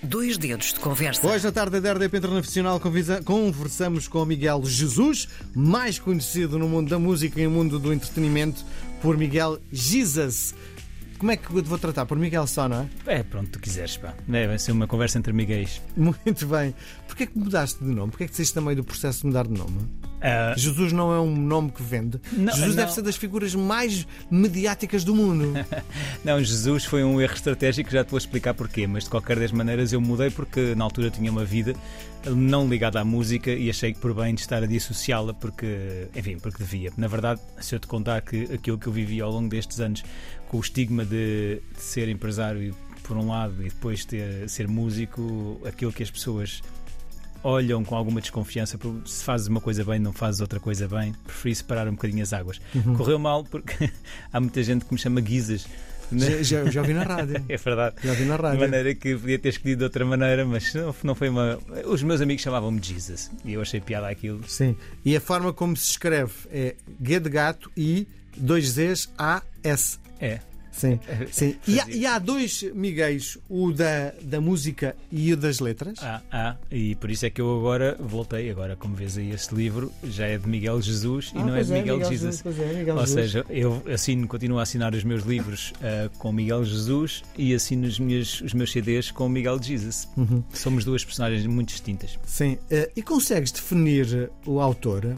Dois dedos de conversa. Hoje, na tarde da RDP Internacional, conversamos com Miguel Jesus, mais conhecido no mundo da música e no mundo do entretenimento por Miguel Jesus. Como é que eu te vou tratar? Por Miguel só, não é? É, pronto, tu quiseres, pá. Vai ser uma conversa entre amiguéis. Muito bem. Porquê é que mudaste de nome? Porquê é que saíste também do processo de mudar de nome? Jesus não é um nome que vende. Jesus deve ser das figuras mais mediáticas do mundo. Não, Jesus foi um erro estratégico, já te vou explicar porquê, mas de qualquer das maneiras eu mudei porque na altura tinha uma vida não ligada à música e achei que por bem de estar a dissociá-la porque devia. Na verdade, se eu te contar que aquilo que eu vivi ao longo destes anos com o estigma de ser empresário por um lado e depois ser músico, aquilo que as pessoas olham com alguma desconfiança, se fazes uma coisa bem, não fazes outra coisa bem, preferi separar um bocadinho as águas. Correu mal porque há muita gente que me chama Guizas. Já ouvi na rádio. É verdade. Já ouvi na rádio. De maneira que podia ter escolhido de outra maneira, mas não foi uma. Os meus amigos chamavam-me Jesus e eu achei piada aquilo. Sim. E a forma como se escreve é G de gato e 2 Z's A-S. É. Sim, sim. E há dois Miguéis, o da música e o das letras? E por isso é que eu agora voltei. Agora, como vês aí, este livro já é de Miguel Jesus e não é de Miguel Jesus. Ou seja, eu continuo a assinar os meus livros com Miguel Jesus e assino os meus CDs com Miguel Jesus. Somos duas personagens muito distintas. Sim. E consegues definir o autor?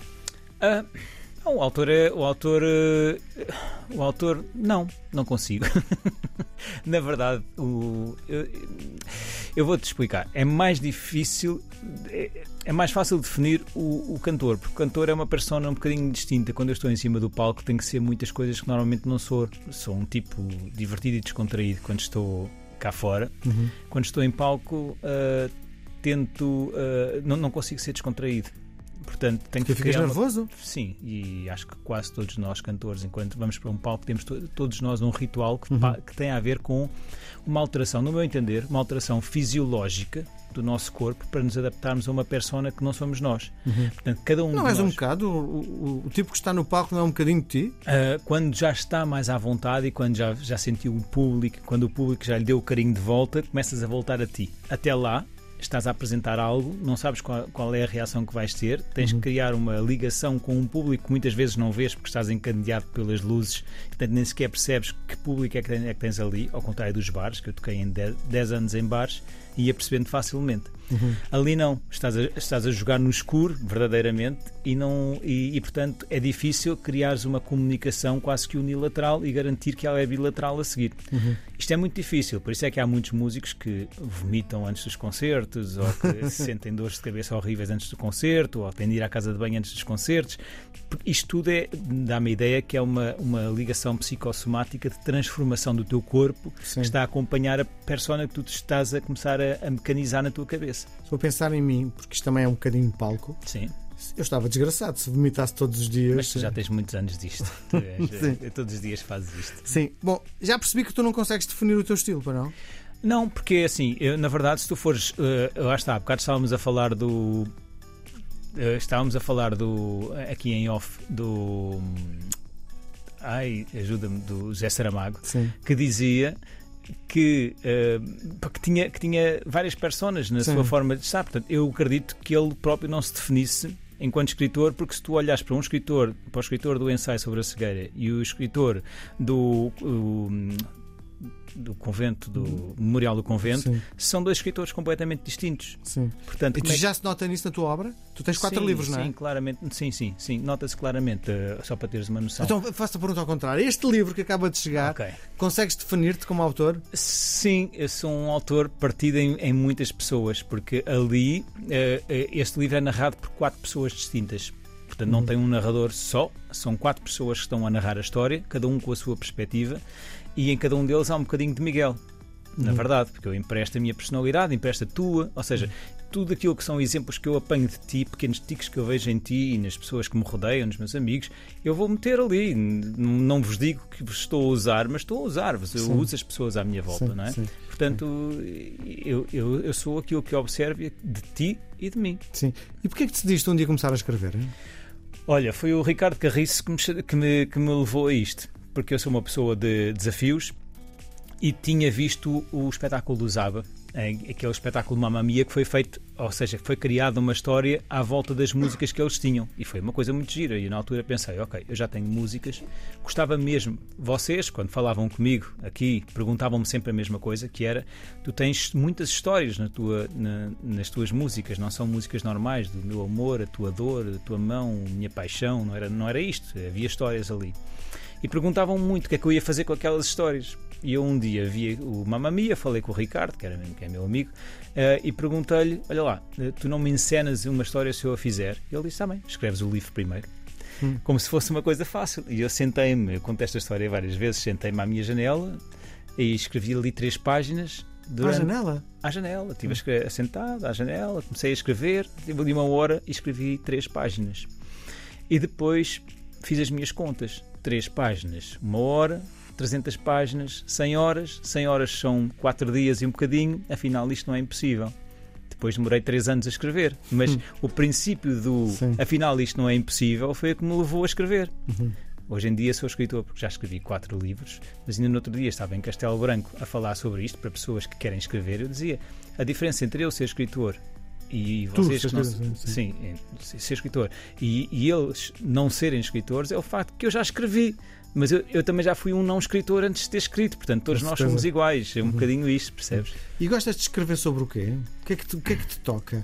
O autor não consigo. Na verdade, eu vou-te explicar. É mais difícil, é mais fácil definir o cantor, porque o cantor é uma persona um bocadinho distinta. Quando eu estou em cima do palco tenho que ser muitas coisas que normalmente não sou. Sou um tipo divertido e descontraído quando estou cá fora. Quando estou em palco não consigo ser descontraído. Portanto, tenho que ficas nervoso? Sim, e acho que quase todos nós cantores, enquanto vamos para um palco, temos todos nós um ritual que tem a ver com uma alteração, no meu entender, uma alteração fisiológica do nosso corpo para nos adaptarmos a uma persona que não somos nós. Portanto, cada um não de és nós, um bocado o tipo que está no palco não é um bocadinho de ti? Quando já está mais à vontade e quando já sentiu o público, quando o público já lhe deu o carinho de volta, começas a voltar a ti. Até lá estás a apresentar algo, não sabes qual é a reação que vais ter, tens que criar uma ligação com um público que muitas vezes não vês porque estás encadeado pelas luzes, portanto nem sequer percebes que público é que tens ali, ao contrário dos bares, que eu toquei em 10 anos em bares e ia percebendo facilmente. Ali não, estás a jogar no escuro, verdadeiramente, e portanto é difícil criares uma comunicação quase que unilateral e garantir que ela é bilateral a seguir. Isto é muito difícil, por isso é que há muitos músicos que vomitam antes dos concertos, ou que sentem dores de cabeça horríveis antes do concerto, ou têm de ir à casa de banho antes dos concertos. Porque isto tudo dá-me a ideia que é uma ligação psicossomática de transformação do teu corpo. Sim. Que está a acompanhar a persona que tu estás a começar a mecanizar na tua cabeça. Se eu pensar em mim, porque isto também é um bocadinho de palco. Sim. Eu estava desgraçado se vomitasse todos os dias. Mas tu já tens muitos anos disto. Todos os dias fazes isto. Sim. Não, já percebi que tu não consegues definir o teu estilo, para não? Não, porque assim, na verdade, se tu fores. Lá está, há bocado estávamos a falar do. Aqui em off, do. Ajuda-me, do Zé Saramago. Sim. Que dizia que tinha várias personas na sua forma de estar. Portanto, eu acredito que ele próprio não se definisse enquanto escritor, porque se tu olhas para o escritor do ensaio sobre a cegueira e o escritor do convento, do Memorial do Convento, sim, são dois escritores completamente distintos. Sim. Portanto, e tu já se nota nisso na tua obra? Tu tens 4 livros, não é? Sim, claramente. Sim, nota-se claramente, só para teres uma noção. Então faço a pergunta ao contrário. Este livro que acaba de chegar, consegues definir-te como autor? Sim, eu sou um autor partido em muitas pessoas, porque ali este livro é narrado por 4 pessoas distintas. Portanto, não tem um narrador só, são 4 pessoas que estão a narrar a história, cada um com a sua perspectiva, e em cada um deles há um bocadinho de Miguel, na verdade, porque eu empresto a minha personalidade, empresto a tua, ou seja, tudo aquilo que são exemplos que eu apanho de ti, pequenos tiques que eu vejo em ti e nas pessoas que me rodeiam, nos meus amigos, eu vou meter ali. Não vos digo que vos estou a usar, mas estou a usar-vos, eu uso as pessoas à minha volta, não é? Sim. Portanto, eu sou aquilo que observo de ti e de mim. Sim. E porquê é que decidiste um dia começar a escrever? Hein? Olha, foi o Ricardo Carriço que me levou a isto, porque eu sou uma pessoa de desafios e tinha visto o espetáculo do Zaba aquele espetáculo Mamma Mia que foi feito, ou seja, foi criada uma história à volta das músicas que eles tinham, e foi uma coisa muito gira. E eu na altura pensei, ok, eu já tenho músicas, gostava mesmo, vocês quando falavam comigo aqui, perguntavam-me sempre a mesma coisa, que era, tu tens muitas histórias nas tuas músicas, não são músicas normais, do meu amor, a tua dor, a tua mão, a minha paixão, não era isto, havia histórias ali. E perguntavam-me muito o que é que eu ia fazer com aquelas histórias. E eu um dia vi o Mamma Mia, falei com o Ricardo, que é meu amigo, e perguntei-lhe, olha lá, tu não me encenas uma história se eu a fizer? E ele disse, está bem, escreves o livro primeiro. Como se fosse uma coisa fácil. E eu sentei-me, eu conto esta história várias vezes, sentei-me à minha janela e escrevi ali 3 páginas. À janela? À janela, estive sentado à janela, comecei a escrever, tive ali 1 hora e escrevi 3 páginas. E depois fiz as minhas contas, 3 páginas, 1 hora, 300 páginas, 100 horas. 100 horas são 4 dias e um bocadinho. Afinal, isto não é impossível. Depois demorei 3 anos a escrever. Mas o princípio do afinal isto não é impossível foi o que me levou a escrever. Hoje em dia sou escritor porque já escrevi 4 livros, mas ainda no outro dia estava em Castelo Branco a falar sobre isto para pessoas que querem escrever. Eu dizia, a diferença entre eu ser escritor e vocês que não, ser escritor e eles não serem escritores é o facto que eu já escrevi. Mas eu também já fui um não escritor antes de ter escrito, portanto todos nós somos iguais, é um bocadinho isto, percebes? E gostas de escrever sobre o quê? O que é que te toca?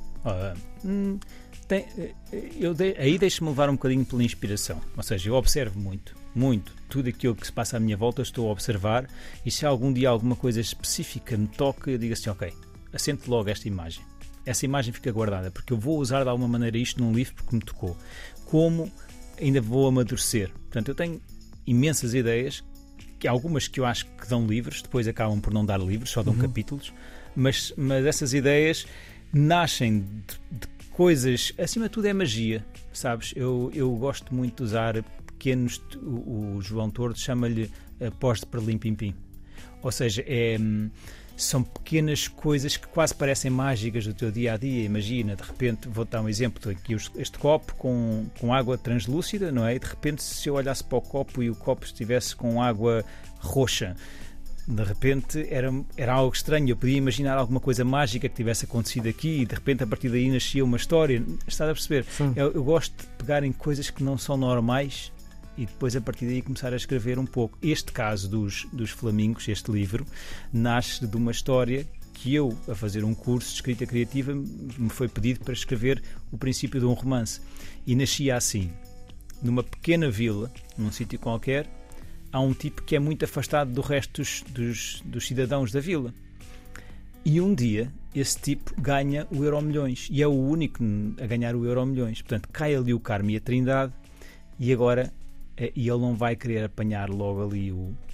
Aí deixo-me levar um bocadinho pela inspiração, ou seja, eu observo muito tudo aquilo que se passa à minha volta, estou a observar, e se algum dia alguma coisa específica me toca, eu digo assim, ok, assento logo esta imagem, essa imagem fica guardada, porque eu vou usar de alguma maneira isto num livro porque me tocou, como ainda vou amadurecer. Portanto, eu tenho imensas ideias, que algumas que eu acho que dão livros, depois acabam por não dar livros, só dão capítulos, mas essas ideias nascem de coisas, acima de tudo é magia, sabes? Eu gosto muito de usar pequenos, o João Tordo chama-lhe pós de perlim-pim-pim, ou seja, são pequenas coisas que quase parecem mágicas do teu dia-a-dia. Imagina, de repente, vou dar um exemplo, estou aqui este copo com água translúcida, não é? E de repente, se eu olhasse para o copo e o copo estivesse com água roxa, de repente era algo estranho. Eu podia imaginar alguma coisa mágica que tivesse acontecido aqui e de repente a partir daí nascia uma história. Estás a perceber? Eu gosto de pegar em coisas que não são normais e depois a partir daí começar a escrever um pouco. Este caso dos flamingos, este livro, nasce de uma história que eu, a fazer um curso de escrita criativa, me foi pedido para escrever o princípio de um romance. E nascia assim, numa pequena vila, num sítio qualquer, há um tipo que é muito afastado do resto dos cidadãos da vila. E um dia, esse tipo ganha o Euromilhões. E é o único a ganhar o Euromilhões. Portanto, cai ali o Carmo e a Trindade e agora ele não vai querer apanhar logo ali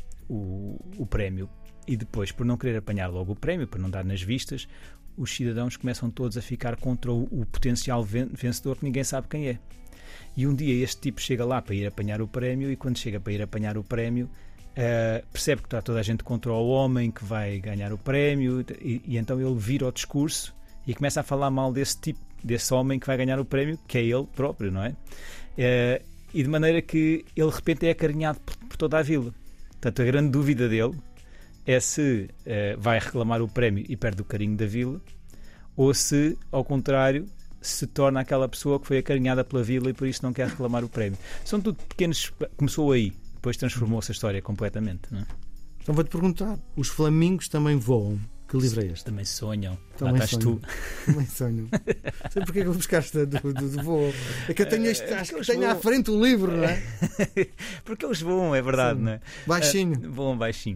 o prémio. E depois, por não querer apanhar logo o prémio, por não dar nas vistas, os cidadãos começam todos a ficar contra o potencial vencedor que ninguém sabe quem é. E um dia este tipo chega lá para ir apanhar o prémio e quando chega para ir apanhar o prémio percebe que está toda a gente contra o homem que vai ganhar o prémio e então ele vira o discurso e começa a falar mal desse tipo, desse homem que vai ganhar o prémio, que é ele próprio, não é? E de maneira que ele de repente é acarinhado por toda a vila. Portanto, a grande dúvida dele é se vai reclamar o prémio e perde o carinho da vila ou se, ao contrário, se torna aquela pessoa que foi acarinhada pela vila e por isso não quer reclamar o prémio. São tudo pequenos... Começou aí, depois transformou-se a história completamente, não é? Então vou-te perguntar, os flamingos também voam? Que livro é este? Também sonham. Também lá estás sonham. tu. Também sonham. Sei porque é que eu buscaste do voo. É que eu tenho acho que tenho à frente o livro, não é? Porque eles voam, é verdade, Sim. não é? Baixinho. Voam baixinho.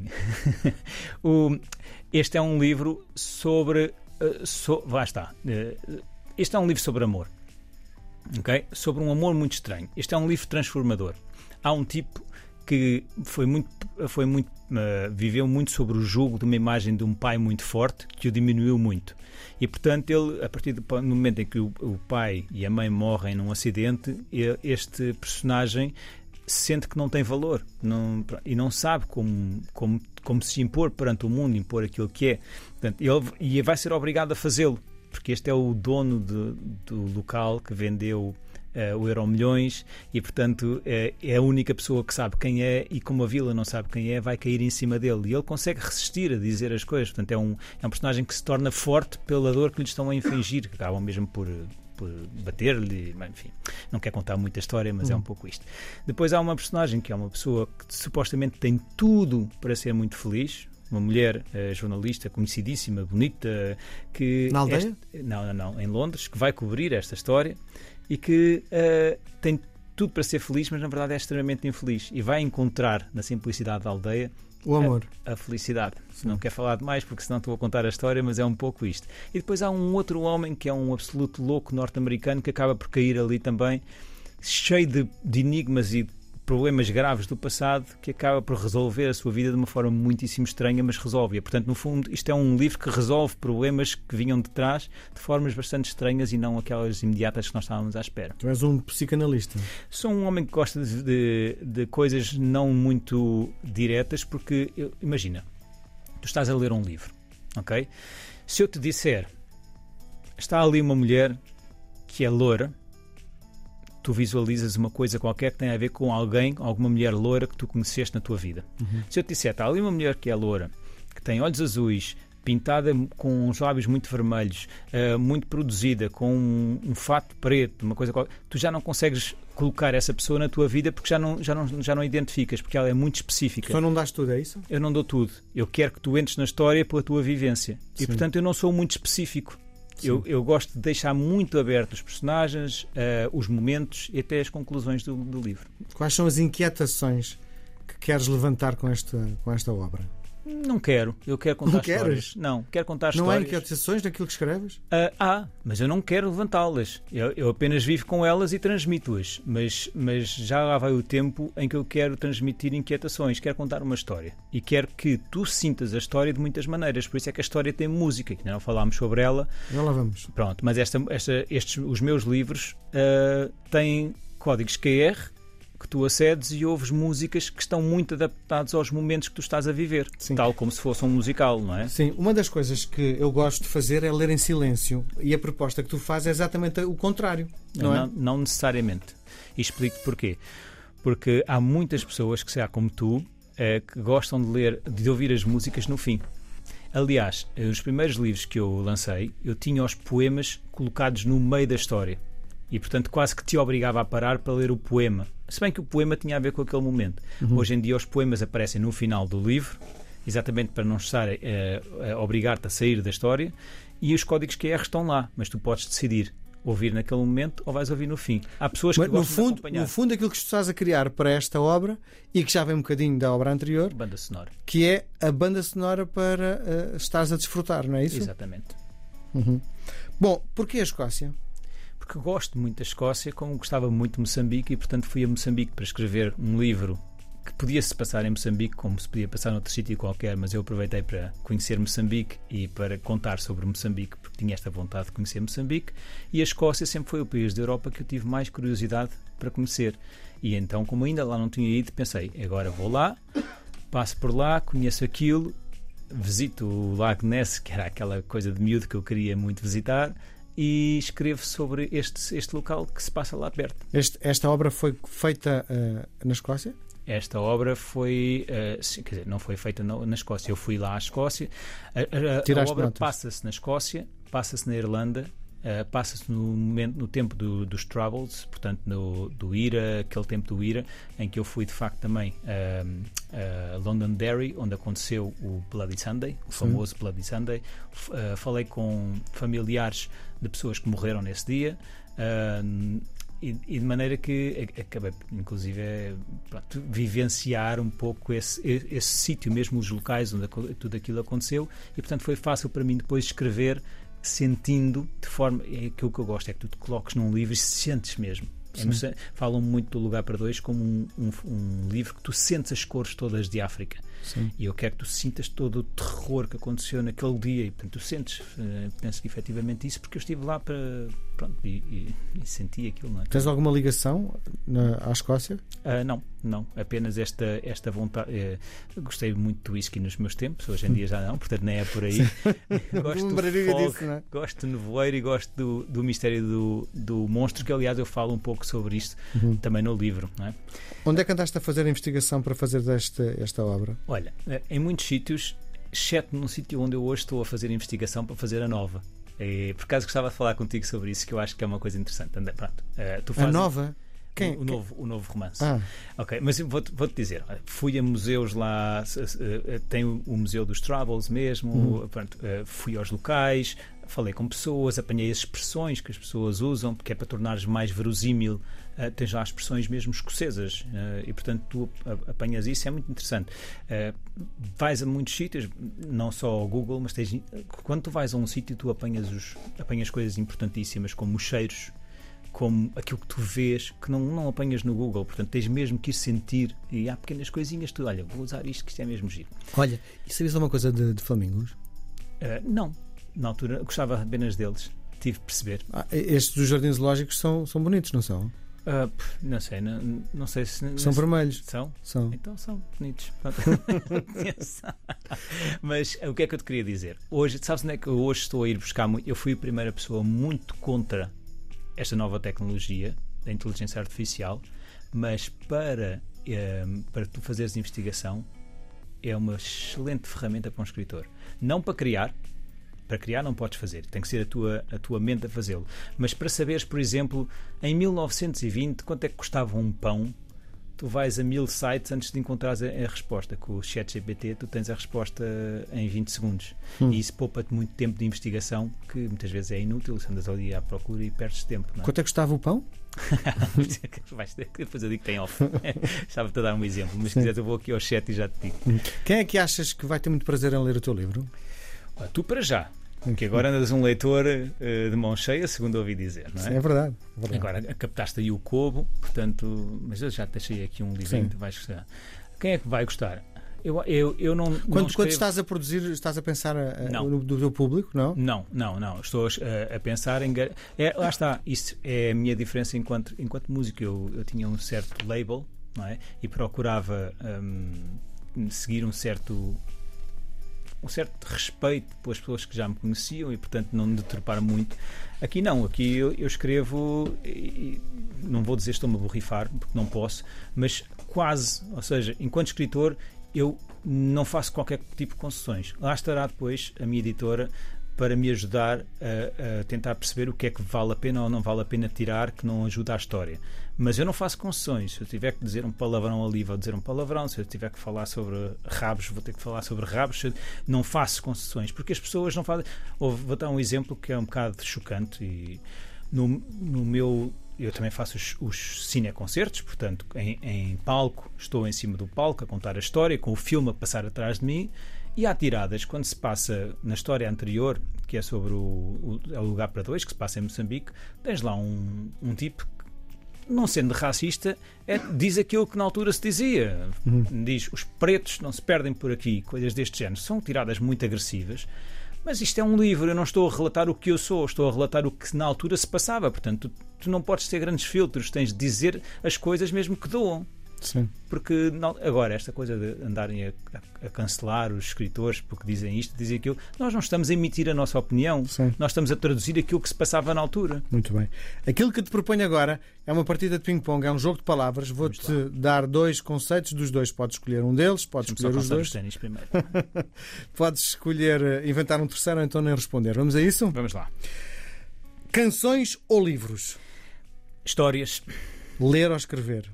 Este é um livro sobre... Lá está. Este é um livro sobre amor. Okay? Sobre um amor muito estranho. Este é um livro transformador. Há um tipo que viveu muito sobre o jugo de uma imagem de um pai muito forte que o diminuiu muito. E, portanto, ele, a partir do momento em que o pai e a mãe morrem num acidente, este personagem sente que não tem valor e não sabe como se impor perante o mundo, impor aquilo que é. Portanto, ele vai ser obrigado a fazê-lo, porque este é o dono do local que vendeu o Euromilhões, e portanto é a única pessoa que sabe quem é, e como a vila não sabe quem é, vai cair em cima dele, e ele consegue resistir a dizer as coisas. Portanto é um personagem que se torna forte pela dor que lhe estão a infligir, que acabam mesmo por bater-lhe, enfim, não quer contar muita história, mas é um pouco isto. Depois há uma personagem que é uma pessoa que supostamente tem tudo para ser muito feliz, uma mulher jornalista conhecidíssima, bonita, que... Na aldeia? Não, em Londres, que vai cobrir esta história e que tem tudo para ser feliz, mas na verdade é extremamente infeliz, e vai encontrar na simplicidade da aldeia o amor, a felicidade. Não quero falar demais porque senão estou a contar a história, mas é um pouco isto. E depois há um outro homem que é um absoluto louco norte-americano que acaba por cair ali também, cheio de enigmas e problemas graves do passado, que acaba por resolver a sua vida de uma forma muitíssimo estranha, mas resolve-a. Portanto, no fundo, isto é um livro que resolve problemas que vinham de trás de formas bastante estranhas e não aquelas imediatas que nós estávamos à espera. Tu és um psicanalista. Sou um homem que gosta de coisas não muito diretas, porque, imagina, tu estás a ler um livro, ok? Se eu te disser, está ali uma mulher que é loura, tu visualizas uma coisa qualquer que tem a ver com alguém, alguma mulher loura que tu conheceste na tua vida. Se eu te disser, está ali uma mulher que é loura, que tem olhos azuis, pintada com os lábios muito vermelhos, muito produzida, com um fato preto, uma coisa qualquer, tu já não consegues colocar essa pessoa na tua vida porque já não identificas, porque ela é muito específica. Só não dás tudo, é isso? Eu não dou tudo. Eu quero que tu entres na história pela tua vivência. Sim. E portanto eu não sou muito específico. Eu gosto de deixar muito aberto os personagens, os momentos e até as conclusões do livro. Quais são as inquietações que queres levantar com esta obra? Não quero. Eu quero contar histórias. Queres? Não, quero contar Não há histórias. inquietações naquilo que escreves? Mas eu não quero levantá-las. Eu apenas vivo com elas e transmito-as. Mas já lá vai o tempo em que eu quero transmitir inquietações. Quero contar uma história. E quero que tu sintas a história de muitas maneiras. Por isso é que a história tem música, que ainda não falámos sobre ela. Já lá vamos. Pronto, mas os meus livros têm códigos QR que tu acedes e ouves músicas que estão muito adaptadas aos momentos que tu estás a viver. Sim. Tal como se fosse um musical, não é? Sim, uma das coisas que eu gosto de fazer é ler em silêncio, e a proposta que tu fazes é exatamente o contrário, não é? Não necessariamente. E explico-te porquê. Porque há muitas pessoas que, como tu, que gostam de ouvir as músicas no fim. Aliás, os primeiros livros que eu lancei, eu tinha os poemas colocados no meio da história. E, portanto, quase que te obrigava a parar para ler o poema. Se bem que o poema tinha a ver com aquele momento. Hoje em dia os poemas aparecem no final do livro, exatamente para não estar a obrigar-te a sair da história, e os códigos QR estão lá, mas tu podes decidir ouvir naquele momento ou vais ouvir no fim. Há pessoas que gostam de acompanhar. No fundo, aquilo que tu estás a criar para esta obra, e que já vem um bocadinho da obra anterior, Banda sonora. que é a banda sonora para estares a desfrutar, não é isso? Exatamente. Bom, porquê a Escócia? Porque gosto muito da Escócia, como gostava muito de Moçambique, e portanto fui a Moçambique para escrever um livro que podia-se passar em Moçambique, como se podia passar noutro sítio qualquer, mas eu aproveitei para conhecer Moçambique e para contar sobre Moçambique, porque tinha esta vontade de conhecer Moçambique, e a Escócia sempre foi o país da Europa que eu tive mais curiosidade para conhecer. E então, como ainda lá não tinha ido, pensei, agora vou lá, passo por lá, conheço aquilo, visito o Lago Ness, que era aquela coisa de miúdo que eu queria muito visitar, e escrevo sobre este local que se passa lá perto. Esta obra foi feita na Escócia? Esta obra foi, quer dizer, não foi feita na Escócia. Eu fui lá à Escócia. A obra passa-se na Escócia, passa-se na Irlanda, passa-se no tempo dos Troubles, portanto do IRA, aquele tempo do IRA, em que eu fui de facto também a Londonderry, onde aconteceu o Bloody Sunday, o famoso Bloody Sunday. Falei com familiares de pessoas que morreram nesse dia, e de maneira que acabei, inclusive, vivenciar um pouco esse sítio, mesmo os locais onde tudo aquilo aconteceu, e portanto foi fácil para mim depois escrever sentindo de forma, aquilo que eu gosto é que tu te coloques num livro e sentes mesmo. Falam muito do Lugar para Dois como um livro que tu sentes as cores todas de África. Sim. E eu quero que tu sintas todo o terror que aconteceu naquele dia, e portanto tu sentes, penso que efetivamente isso, porque eu estive lá para, pronto, e senti aquilo, não é? Tens alguma ligação à Escócia? Não, não. Apenas esta vontade. Gostei muito do whisky nos meus tempos, hoje em dia já não, portanto nem é por aí. Gosto do fog, não é? gosto do nevoeiro e gosto do mistério do monstro, que aliás eu falo um pouco sobre isto também no livro, não é? Onde é que andaste a fazer a investigação para fazer esta obra? Olha, em muitos sítios, exceto num sítio onde eu hoje estou a fazer a investigação para fazer a nova. Por acaso gostava de falar contigo sobre isso, que eu acho que é uma coisa interessante. Pronto, tu fazes... A nova? O novo romance. Ok, mas vou-te dizer, fui a museus lá, tem o Museu dos Troubles mesmo, pronto, fui aos locais, falei com pessoas, apanhei as expressões que as pessoas usam, porque é para tornares mais verosímil. Tens lá as expressões mesmo escocesas, e portanto tu apanhas isso, é muito interessante. Vais a muitos sítios, não só ao Google, mas quando tu vais a um sítio tu apanhas coisas importantíssimas, como os cheiros, como aquilo que tu vês, que não apanhas no Google. Portanto tens mesmo que ir sentir, e há pequenas coisinhas, tu olha, vou usar isto, que isto é mesmo giro. Olha, e sabias uma coisa de flamingos? Não, na altura gostava apenas deles, tive de perceber. Estes dos jardins zoológicos são bonitos, não são? Não sei, não sei se... São vermelhos. São? Então são bonitos. Mas o que é que eu te queria dizer? Hoje, sabes onde é que eu hoje estou a ir buscar muito? Eu fui a primeira pessoa muito contra esta nova tecnologia da inteligência artificial, mas para tu fazeres investigação é uma excelente ferramenta para um escritor. Não para criar não podes fazer, tem que ser a tua mente a fazê-lo, mas para saberes, por exemplo, em 1920 quanto é que custava um pão, tu vais a 1000 sites antes de encontrares a resposta. Com o ChatGPT tu tens a resposta em 20 segundos e isso poupa-te muito tempo de investigação, que muitas vezes é inútil, se andas ali à procura e perdes tempo, não é? Quanto é que custava o pão? Depois eu digo que tem off. Estava-te a dar um exemplo, mas se quiseres eu vou aqui ao chat e já te digo. Quem é que achas que vai ter muito prazer em ler o teu livro? Tu para já, porque agora andas um leitor de mão cheia, segundo ouvi dizer, não é? Sim, é verdade. Agora captaste aí o Kobo, portanto, mas eu já te deixei aqui um livro que vais gostar. Quem é que vai gostar? Eu não. Quando estás a produzir, estás a pensar do teu público, não? Não. Estou a pensar em. Lá está, isso é a minha diferença enquanto músico. Eu tinha um certo label, não é? E procurava seguir um certo respeito pelas pessoas que já me conheciam e portanto não me deturpar muito. Aqui não, aqui eu escrevo e não vou dizer estou-me a borrifar, porque não posso, mas quase, ou seja, enquanto escritor eu não faço qualquer tipo de concessões. Lá estará depois a minha editora para me ajudar a tentar perceber o que é que vale a pena ou não vale a pena tirar, que não ajuda a história. Mas eu não faço concessões. Se eu tiver que dizer um palavrão ali, vou dizer um palavrão. Se eu tiver que falar sobre rabos, vou ter que falar sobre rabos. Não faço concessões, porque as pessoas não fazem. Vou dar um exemplo que é um bocado chocante. E no meu... Eu também faço os cineconcertos, portanto, em palco, estou em cima do palco a contar a história, com o filme a passar atrás de mim. E há tiradas, quando se passa na história anterior, que é sobre o Lugar para Dois, que se passa em Moçambique, tens lá um tipo que, não sendo racista, diz aquilo que na altura se dizia. Diz, os pretos não se perdem por aqui, coisas deste género. São tiradas muito agressivas, mas isto é um livro, eu não estou a relatar o que eu sou, estou a relatar o que na altura se passava. Portanto, tu não podes ter grandes filtros, tens de dizer as coisas mesmo que doam. Sim. Porque agora esta coisa de andarem a cancelar os escritores porque dizem isto, dizem aquilo, nós não estamos a emitir a nossa opinião. Sim. Nós estamos a traduzir aquilo que se passava na altura. Muito bem. Aquilo que te proponho agora é uma partida de ping-pong, é um jogo de palavras. Vou-te dar 2 conceitos dos 2, podes escolher um deles, podes escolher os 2. Os primeiro. Podes escolher inventar um terceiro ou então nem responder. Vamos a isso? Vamos lá. Canções ou livros? Histórias. Ler ou escrever?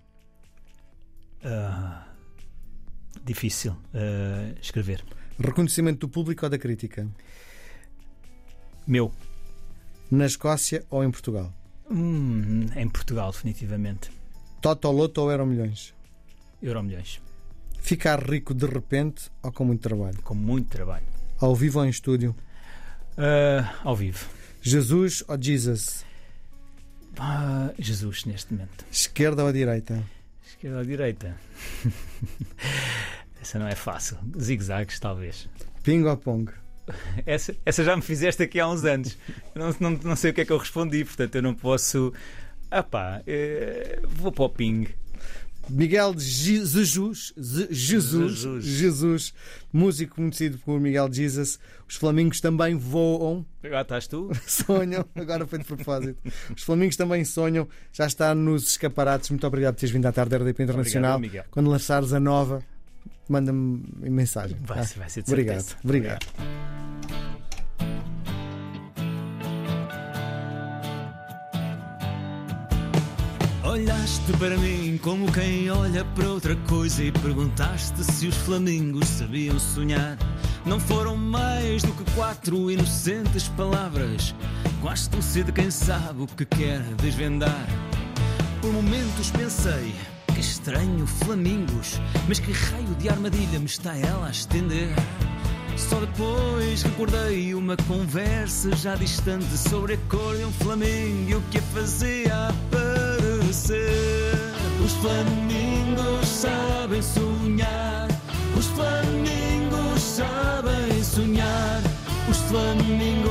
Difícil. Escrever. Reconhecimento do público ou da crítica? Meu. Na Escócia ou em Portugal? Em Portugal, definitivamente. Totoloto ou Euromilhões? Euromilhões. Ficar rico de repente ou com muito trabalho? Com muito trabalho. Ao vivo ou em estúdio? Ao vivo. Jesus ou Jesus? Jesus, neste momento. Esquerda ou direita? Esquerda ou direita? Essa não é fácil. Zigue-zagues, talvez. Ping ou pong? Essa já me fizeste aqui há uns anos. Não sei o que é que eu respondi, portanto eu não posso. Vou para o ping. Miguel Jesus, músico conhecido por Miguel Jesus. Os flamingos também voam. Agora estás tu? Sonham, agora foi de propósito. Os flamingos também sonham. Já está nos escaparates. Muito obrigado por teres vindo à tarde da RDP Internacional. Obrigado, Miguel. Quando lançares a nova, manda-me mensagem. Vai ser de Obrigado. certeza. Obrigado. Olhaste para mim como quem olha para outra coisa e perguntaste se os flamingos sabiam sonhar. Não foram mais do que 4 inocentes palavras, com a astúcia de quem sabe o que quer desvendar. Por momentos pensei, que estranho flamingos, mas que raio de armadilha me está ela a estender? Só depois recordei uma conversa já distante sobre a cor de um flamingo e o que a fazia aparecer. Os flamingos sabem sonhar, os flamingos sabem sonhar, os flamingos